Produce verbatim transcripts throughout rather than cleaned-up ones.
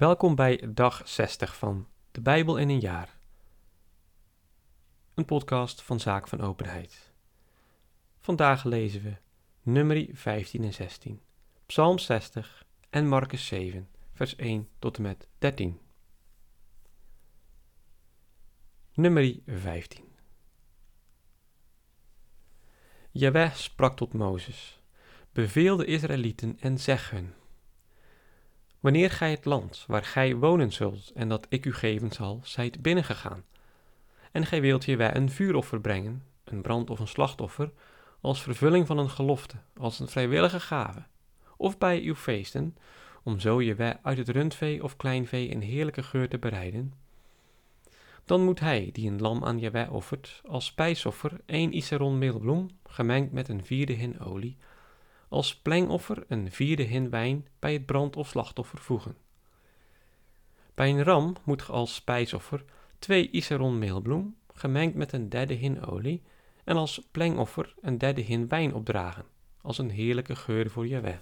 Welkom bij dag zestig van De Bijbel in een jaar. Een podcast van Zaak van Openheid. Vandaag lezen we Numeri vijftien en zestien, Psalm zestig en Markus zeven, vers één tot en met dertien. Numeri vijftien. Jahweh sprak tot Mozes: Beveel de Israëlieten en zeg hun: Wanneer gij het land waar gij wonen zult en dat ik u geven zal, zijt binnengegaan, en gij wilt Jahweh een vuuroffer brengen, een brand- of een slachtoffer, als vervulling van een gelofte, als een vrijwillige gave, of bij uw feesten, om zo Jahweh uit het rundvee of kleinvee een heerlijke geur te bereiden, dan moet hij die een lam aan Jahweh offert, als spijsoffer één isaron meelbloem, gemengd met een vierde hin olie, als plengoffer een vierde hin wijn bij het brand- of slachtoffer voegen. Bij een ram moet ge als spijsoffer twee isaron meelbloem, gemengd met een derde hin olie, en als plengoffer een derde hin wijn opdragen, als een heerlijke geur voor Jahweh.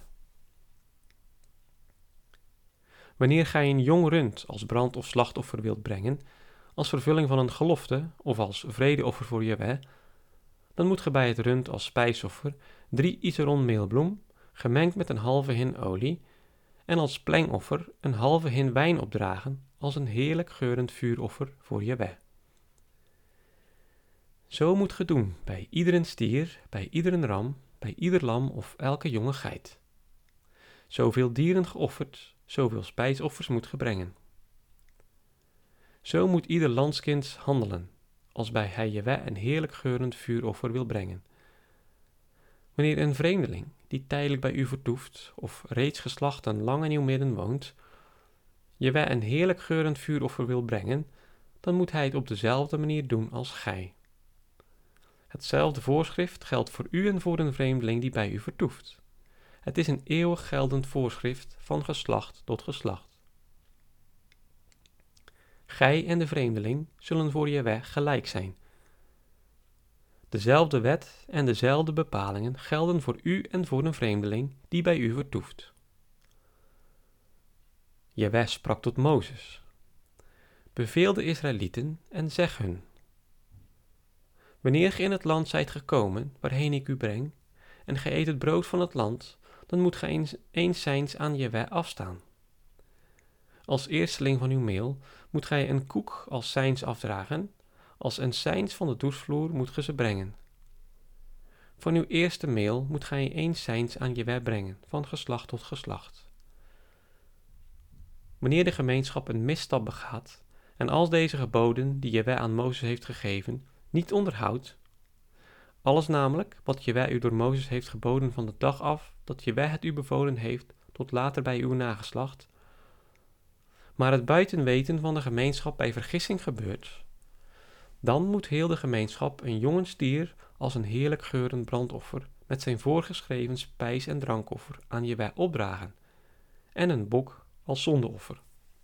Wanneer gij een jong rund als brand- of slachtoffer wilt brengen, als vervulling van een gelofte of als vredeoffer voor Jahweh, dan moet ge bij het rund als spijsoffer drie isaron meelbloem, gemengd met een halve hin olie, en als plengoffer een halve hin wijn opdragen, als een heerlijk geurend vuuroffer voor Jahweh. Zo moet ge doen bij iedere stier, bij iedere ram, bij ieder lam of elke jonge geit. Zoveel dieren geofferd, zoveel spijsoffers moet ge brengen. Zo moet ieder landskind handelen, als bij hij Jahweh een heerlijk geurend vuuroffer wil brengen. Wanneer een vreemdeling, die tijdelijk bij u vertoeft, of reeds geslachten lang in uw midden woont, Jahweh een heerlijk geurend vuuroffer wil brengen, dan moet hij het op dezelfde manier doen als gij. Hetzelfde voorschrift geldt voor u en voor een vreemdeling die bij u vertoeft. Het is een eeuwig geldend voorschrift van geslacht tot geslacht. Gij en de vreemdeling zullen voor Jahweh gelijk zijn. Dezelfde wet en dezelfde bepalingen gelden voor u en voor een vreemdeling die bij u vertoeft. Jahweh sprak tot Mozes: Beveel de Israëlieten en zeg hun: Wanneer ge in het land zijt gekomen, waarheen ik u breng, en gij eet het brood van het land, dan moet gij eens, eens zijns aan Jahweh afstaan. Als eersteling van uw meel moet gij een koek als zijns afdragen, als een zijns van de douchevloer moet ge ze brengen. Van uw eerste meel moet gij eens zijns aan Jahweh brengen, van geslacht tot geslacht. Wanneer de gemeenschap een misstap begaat, en als deze geboden die Jahweh aan Mozes heeft gegeven, niet onderhoudt, alles namelijk wat Jahweh u door Mozes heeft geboden van de dag af dat Jahweh het u bevolen heeft tot later bij uw nageslacht, maar het buiten weten van de gemeenschap bij vergissing gebeurt, dan moet heel de gemeenschap een jonge stier als een heerlijk geurend brandoffer met zijn voorgeschreven spijs- en drankoffer aan Jahweh opdragen, en een bok als zondeoffer.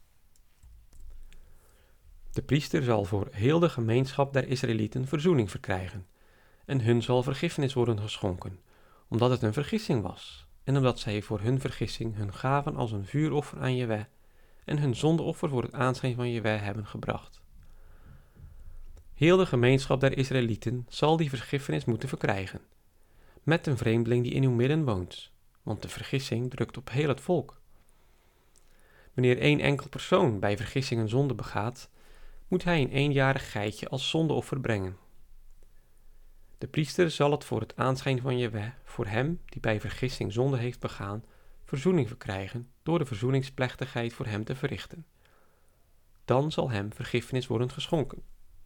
De priester zal voor heel de gemeenschap der Israëlieten verzoening verkrijgen, en hun zal vergiffenis worden geschonken, omdat het een vergissing was, en omdat zij voor hun vergissing hun gaven als een vuuroffer aan Jahweh en hun zondeoffer voor het aanschijn van Jahweh hebben gebracht. Heel de gemeenschap der Israëlieten zal die vergiffenis moeten verkrijgen, met een vreemdeling die in uw midden woont, want de vergissing drukt op heel het volk. Wanneer één enkel persoon bij vergissing een zonde begaat, moet hij een eenjarig geitje als zondeoffer brengen. De priester zal het voor het aanschijn van Jahweh, voor hem die bij vergissing zonde heeft begaan, verzoening verkrijgen door de verzoeningsplechtigheid voor hem te verrichten. Dan zal hem vergiffenis worden geschonken.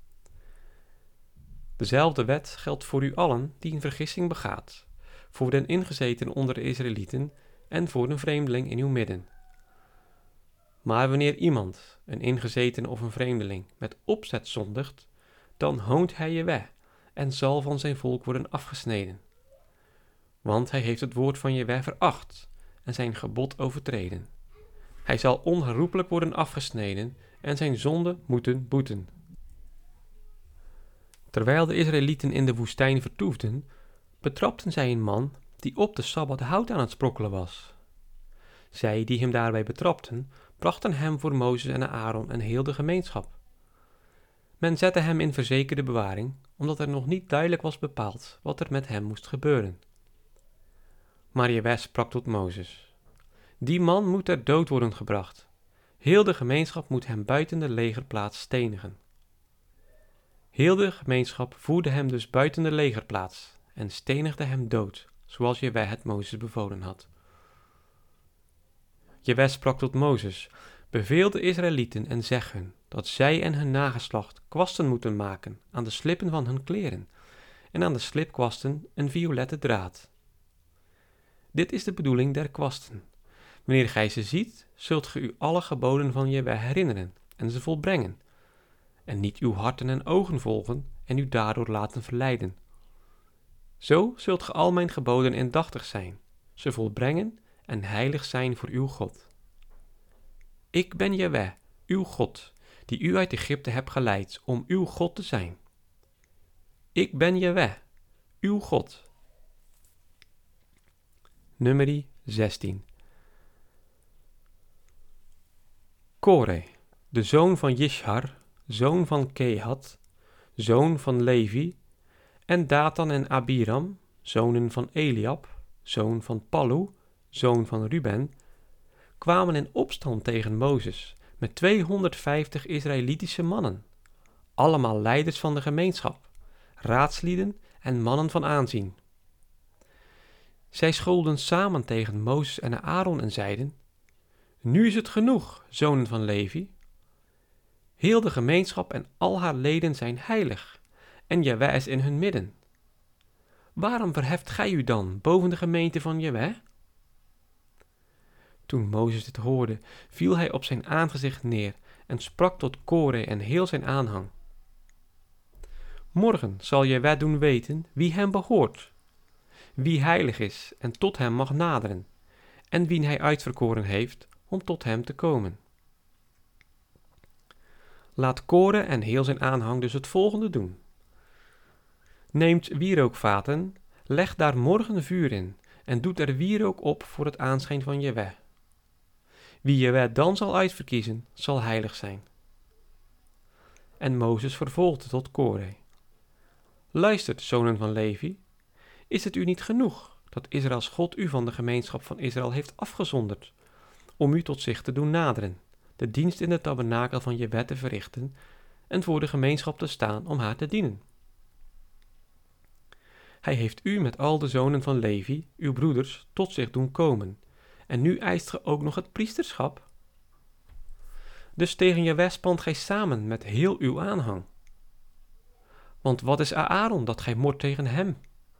Dezelfde wet geldt voor u allen die een vergissing begaat, voor den ingezeten onder de Israëlieten en voor een vreemdeling in uw midden. Maar wanneer iemand, een ingezeten of een vreemdeling, met opzet zondigt, dan hoont hij Jahweh en zal van zijn volk worden afgesneden. Want hij heeft het woord van Jahweh veracht en zijn gebod overtreden. Hij zal onherroepelijk worden afgesneden en zijn zonde moeten boeten. Terwijl de Israëlieten in de woestijn vertoefden, betrapten zij een man die op de Sabbat hout aan het sprokkelen was. Zij die hem daarbij betrapten, brachten hem voor Mozes en Aaron en heel de gemeenschap. Men zette hem in verzekerde bewaring, omdat er nog niet duidelijk was bepaald wat er met hem moest gebeuren. Maar Jahweh sprak tot Mozes: Die man moet ter dood worden gebracht. Heel de gemeenschap moet hem buiten de legerplaats stenigen. Heel de gemeenschap voerde hem dus buiten de legerplaats en stenigde hem dood, zoals Jahweh het Mozes bevolen had. Jahweh sprak tot Mozes: Beveel de Israëlieten en zeg hun dat zij en hun nageslacht kwasten moeten maken aan de slippen van hun kleren en aan de slipkwasten een violette draad. Dit is de bedoeling der kwasten. Wanneer gij ze ziet, zult ge u alle geboden van Jahweh herinneren en ze volbrengen, en niet uw harten en ogen volgen en u daardoor laten verleiden. Zo zult ge al mijn geboden indachtig zijn, ze volbrengen en heilig zijn voor uw God. Ik ben Jahweh, uw God, die u uit Egypte heb geleid om uw God te zijn. Ik ben Jahweh, uw God. Numeri zestien. Kore, de zoon van Jishar, zoon van Kehat, zoon van Levi, en Datan en Abiram, zonen van Eliab, zoon van Pallu, zoon van Ruben, kwamen in opstand tegen Mozes met tweehonderdvijftig Israëlitische mannen, allemaal leiders van de gemeenschap, raadslieden en mannen van aanzien. Zij scholden samen tegen Mozes en Aaron en zeiden: Nu is het genoeg, zonen van Levi. Heel de gemeenschap en al haar leden zijn heilig, en Jahweh is in hun midden. Waarom verheft gij u dan boven de gemeente van Jahweh? Toen Mozes dit hoorde, viel hij op zijn aangezicht neer en sprak tot Kore en heel zijn aanhang: Morgen zal Jahweh doen weten wie hem behoort, wie heilig is en tot hem mag naderen, en wie hij uitverkoren heeft om tot hem te komen. Laat Kore en heel zijn aanhang dus het volgende doen. Neemt wierookvaten, leg daar morgen vuur in en doet er wierook op voor het aanschijn van Jahweh. Wie Jahweh dan zal uitverkiezen, zal heilig zijn. En Mozes vervolgde tot Kore: Luistert, zonen van Levi, is het u niet genoeg dat Israëls God u van de gemeenschap van Israël heeft afgezonderd, om u tot zich te doen naderen, de dienst in de tabernakel van Jahweh te verrichten en voor de gemeenschap te staan om haar te dienen? Hij heeft u met al de zonen van Levi, uw broeders, tot zich doen komen, en nu eist ge ook nog het priesterschap? Dus tegen Jahweh spant gij samen met heel uw aanhang. Want wat is Aaron dat gij mort tegen hem?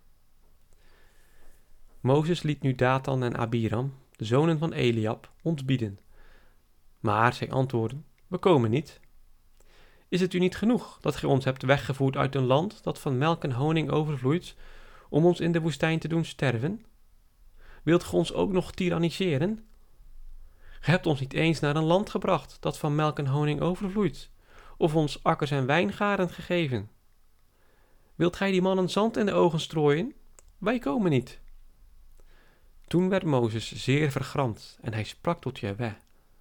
Mozes liet nu Datan en Abiram, de zonen van Eliab, ontbieden. Maar zij antwoordden: We komen niet. Is het u niet genoeg dat gij ons hebt weggevoerd uit een land dat van melk en honing overvloeit, om ons in de woestijn te doen sterven? Wilt ge ons ook nog tiranniseren? Ge hebt ons niet eens naar een land gebracht dat van melk en honing overvloeit, of ons akkers en wijngaarden gegeven. Wilt gij die mannen zand in de ogen strooien? Wij komen niet. Toen werd Mozes zeer vergramd en hij sprak tot Jahweh: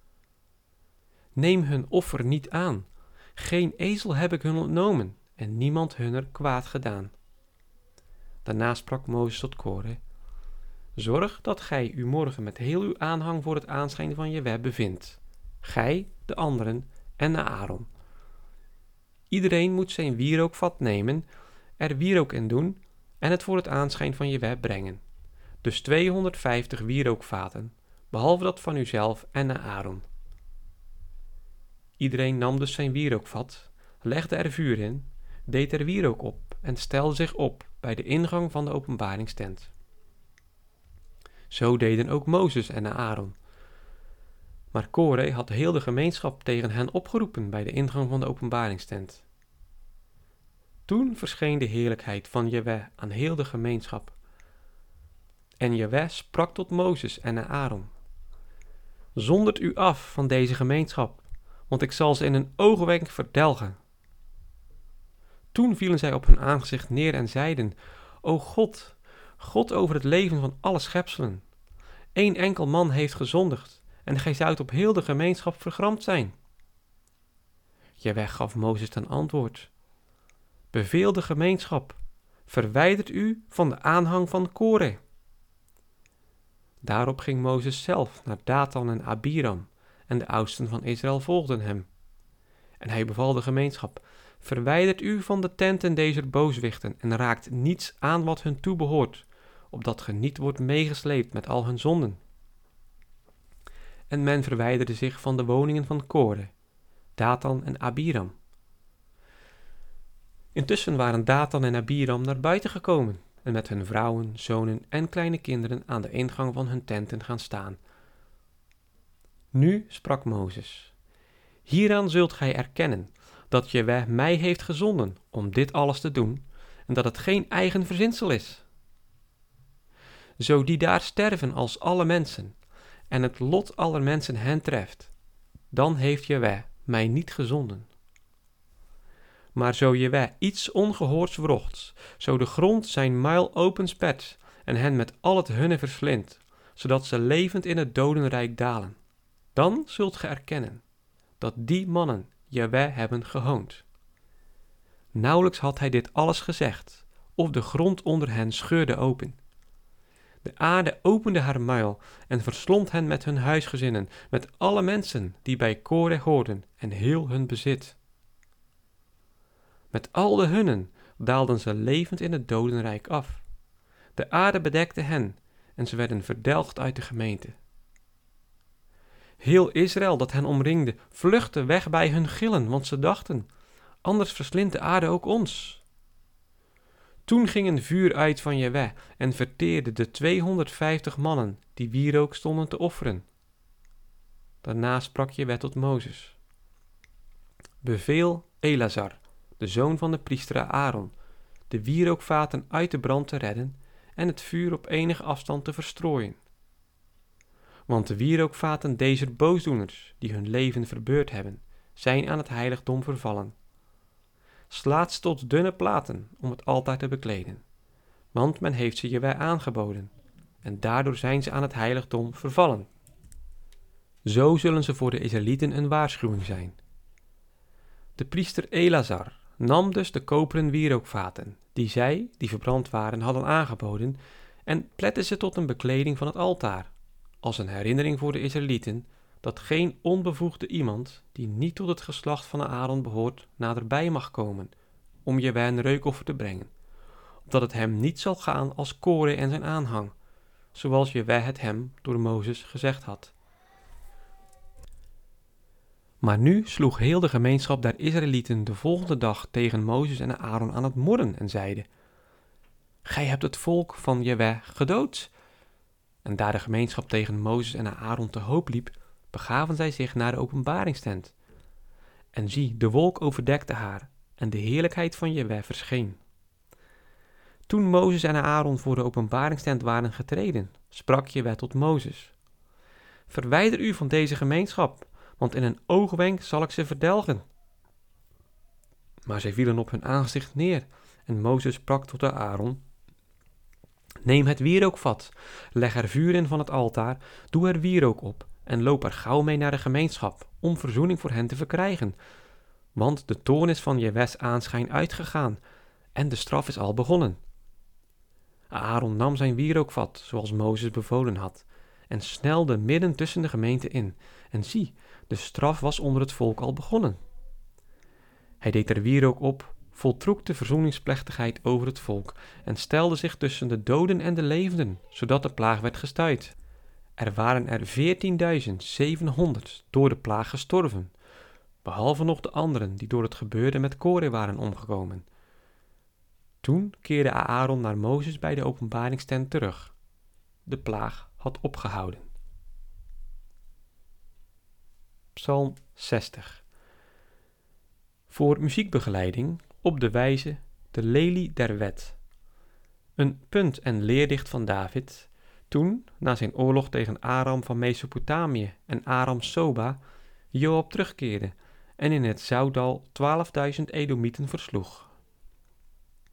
Neem hun offer niet aan. Geen ezel heb ik hun ontnomen en niemand hunner kwaad gedaan. Daarna sprak Mozes tot Kore: Zorg dat gij u morgen met heel uw aanhang voor het aanschijn van Jahweh bevindt, gij, de anderen en Aaron. Iedereen moet zijn wierookvat nemen, er wierook in doen en het voor het aanschijn van Jahweh brengen. Dus tweehonderdvijftig wierookvaten, behalve dat van uzelf en Aaron. Iedereen nam dus zijn wierookvat, legde er vuur in, deed er wierook op en stelde zich op bij de ingang van de openbaringstent. Zo deden ook Mozes en Aaron. Maar Kore had heel de gemeenschap tegen hen opgeroepen bij de ingang van de openbaringstent. Toen verscheen de heerlijkheid van Jahweh aan heel de gemeenschap. En Jahweh sprak tot Mozes en Aaron: Zondert u af van deze gemeenschap, want ik zal ze in een oogwenk verdelgen. Toen vielen zij op hun aangezicht neer en zeiden: O God, God over het leven van alle schepselen, Eén enkel man heeft gezondigd en gij zoudt op heel de gemeenschap vergramd zijn. Jahweh gaf Mozes ten antwoord: Beveel de gemeenschap, verwijdert u van de aanhang van Kore. Daarop ging Mozes zelf naar Dathan en Abiram, en de oudsten van Israël volgden hem. En hij beval de gemeenschap: Verwijdert u van de tenten deze booswichten en raakt niets aan wat hun toebehoort, opdat ge niet wordt meegesleept met al hun zonden. En men verwijderde zich van de woningen van Kore, Dathan en Abiram. Intussen waren Dathan en Abiram naar buiten gekomen en met hun vrouwen, zonen en kleine kinderen aan de ingang van hun tenten gaan staan. Nu sprak Mozes: Hieraan zult gij erkennen dat Jahweh mij heeft gezonden om dit alles te doen en dat het geen eigen verzinsel is. Zo die daar sterven als alle mensen en het lot aller mensen hen treft, dan heeft Jahweh mij niet gezonden. Maar zo Jahweh iets ongehoords wrocht, zo de grond zijn muil openspert en hen met al het hunne verslindt, zodat ze levend in het dodenrijk dalen, dan zult ge erkennen dat die mannen Jahweh hebben gehoond. Nauwelijks had hij dit alles gezegd, of de grond onder hen scheurde open. De aarde opende haar muil en verslond hen met hun huisgezinnen, met alle mensen die bij Kore hoorden en heel hun bezit. Met al de hunnen daalden ze levend in het dodenrijk af. De aarde bedekte hen en ze werden verdelgd uit de gemeente. Heel Israël dat hen omringde, vluchtte weg bij hun gillen, want ze dachten: anders verslindt de aarde ook ons. Toen ging een vuur uit van Jahweh en verteerde de tweehonderdvijftig mannen die wierook stonden te offeren. Daarna sprak Jahweh tot Mozes: Beveel Elazar, de zoon van de priester Aaron, de wierookvaten uit de brand te redden en het vuur op enige afstand te verstrooien. Want de wierookvaten dezer boosdoeners, die hun leven verbeurd hebben, zijn aan het heiligdom vervallen. Slaat ze tot dunne platen om het altaar te bekleden, want men heeft ze Jahweh aangeboden, en daardoor zijn ze aan het heiligdom vervallen. Zo zullen ze voor de Israëlieten een waarschuwing zijn. De priester Elazar nam dus de koperen wierookvaten, die zij, die verbrand waren, hadden aangeboden, en plette ze tot een bekleding van het altaar, als een herinnering voor de Israëlieten, dat geen onbevoegde iemand, die niet tot het geslacht van Aaron behoort, naderbij mag komen, om Jahweh een reukoffer te brengen, opdat het hem niet zal gaan als Kore en zijn aanhang, zoals Jahweh het hem door Mozes gezegd had. Maar nu sloeg heel de gemeenschap der Israëlieten de volgende dag tegen Mozes en Aaron aan het morren en zeiden: Gij hebt het volk van Jahweh gedood. En daar de gemeenschap tegen Mozes en Aaron te hoop liep, begaven zij zich naar de openbaringstent. En zie, de wolk overdekte haar, en de heerlijkheid van Jahweh verscheen. Toen Mozes en Aaron voor de openbaringstent waren getreden, sprak Jahweh tot Mozes: Verwijder u van deze gemeenschap, want in een oogwenk zal ik ze verdelgen. Maar zij vielen op hun aangezicht neer, en Mozes sprak tot de Aaron: Neem het wierookvat, leg er vuur in van het altaar, doe er wierook op en loop er gauw mee naar de gemeenschap, om verzoening voor hen te verkrijgen. Want de toorn is van Jahwehs aanschijn uitgegaan en de straf is al begonnen. Aaron nam zijn wierookvat, zoals Mozes bevolen had, en snelde midden tussen de gemeente in. En zie, de straf was onder het volk al begonnen. Hij deed er wierook op, voltrok de verzoeningsplechtigheid over het volk en stelde zich tussen de doden en de levenden, zodat de plaag werd gestuit. Er waren er veertienduizend zevenhonderd door de plaag gestorven, behalve nog de anderen die door het gebeurde met Kore waren omgekomen. Toen keerde Aaron naar Mozes bij de openbaringstent terug. De plaag had opgehouden. Psalm zestig. Voor muziekbegeleiding op de wijze de lelie der wet. Een punt- en leerdicht van David, toen, na zijn oorlog tegen Aram van Mesopotamië en Aram Soba, Joab terugkeerde en in het Zoudal twaalfduizend Edomieten versloeg.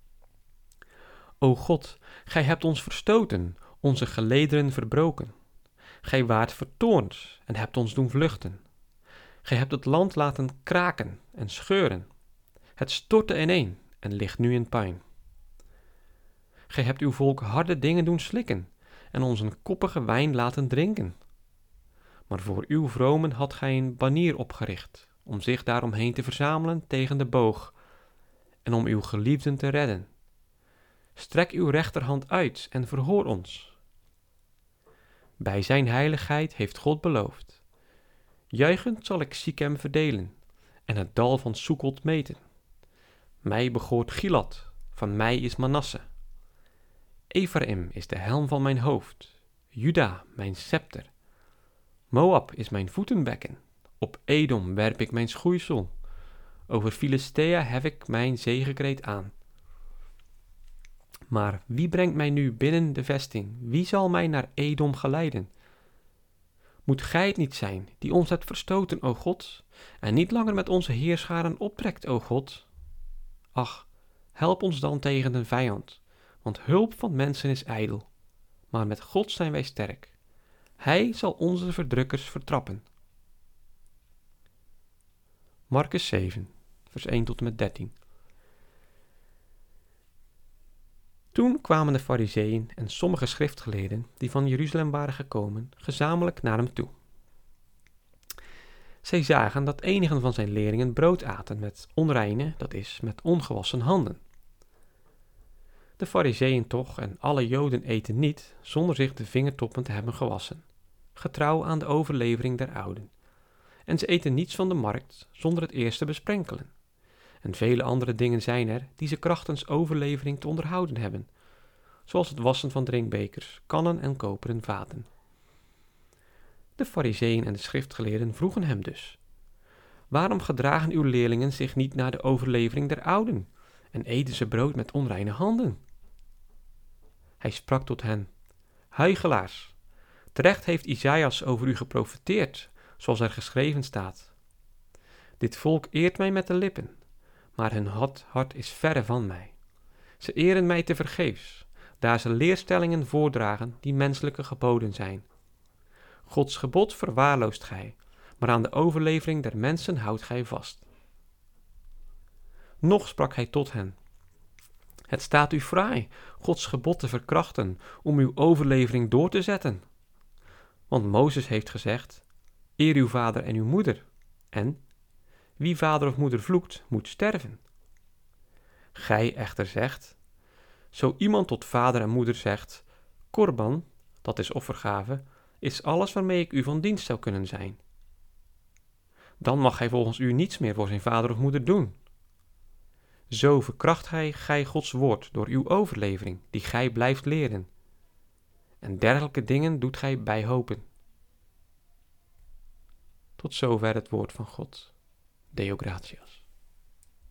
O God, gij hebt ons verstoten, onze gelederen verbroken. Gij waart vertoornd en hebt ons doen vluchten. Gij hebt het land laten kraken en scheuren. Het stortte ineen en ligt nu in puin. Gij hebt uw volk harde dingen doen slikken en ons een koppige wijn laten drinken. Maar voor uw vromen had gij een banier opgericht, om zich daaromheen te verzamelen tegen de boog en om uw geliefden te redden. Strek uw rechterhand uit en verhoor ons. Bij zijn heiligheid heeft God beloofd. Juichend zal ik Sichem verdelen en het dal van Sukkot meten. Mij begoort Gilad, van mij is Manasse. Ephraim is de helm van mijn hoofd, Juda mijn scepter. Moab is mijn voetenbekken, op Edom werp ik mijn schoeisel. Over Filistea hef ik mijn zegekreet aan. Maar wie brengt mij nu binnen de vesting? Wie zal mij naar Edom geleiden? Moet gij het niet zijn die ons hebt verstoten, o God, en niet langer met onze heerscharen optrekt, o God? Ach, help ons dan tegen de vijand, want hulp van mensen is ijdel. Maar met God zijn wij sterk. Hij zal onze verdrukkers vertrappen. Markus zeven, vers één tot en met dertien. Toen kwamen de Farizeeën en sommige schriftgeleerden die van Jeruzalem waren gekomen, gezamenlijk naar hem toe. Zij zagen dat enigen van zijn leerlingen brood aten met onreine, dat is, met ongewassen handen. De Farizeeën toch en alle Joden eten niet, zonder zich de vingertoppen te hebben gewassen, getrouw aan de overlevering der ouden. En ze eten niets van de markt, zonder het eerst te besprenkelen. En vele andere dingen zijn er, die ze krachtens overlevering te onderhouden hebben, zoals het wassen van drinkbekers, kannen en koperen vaten. De Farizeeën en de schriftgeleerden vroegen hem dus: waarom gedragen uw leerlingen zich niet naar de overlevering der ouden, en eten ze brood met onreine handen? Hij sprak tot hen: huichelaars, terecht heeft Isaïas over u geprofeteerd, zoals er geschreven staat. Dit volk eert mij met de lippen, maar hun hart, hart is verre van mij. Ze eren mij tevergeefs, daar ze leerstellingen voordragen die menselijke geboden zijn. Gods gebod verwaarloost gij, maar aan de overlevering der mensen houdt gij vast. Nog sprak hij tot hen: het staat u fraai Gods gebod te verkrachten om uw overlevering door te zetten. Want Mozes heeft gezegd: eer uw vader en uw moeder, en wie vader of moeder vloekt, moet sterven. Gij echter zegt: zo iemand tot vader en moeder zegt: korban, dat is offergave, is alles waarmee ik u van dienst zou kunnen zijn. Dan mag hij volgens u niets meer voor zijn vader of moeder doen. Zo verkracht gij, gij Gods woord door uw overlevering, die gij blijft leren. En dergelijke dingen doet gij bij hopen. Tot zover het woord van God. Deo gratias.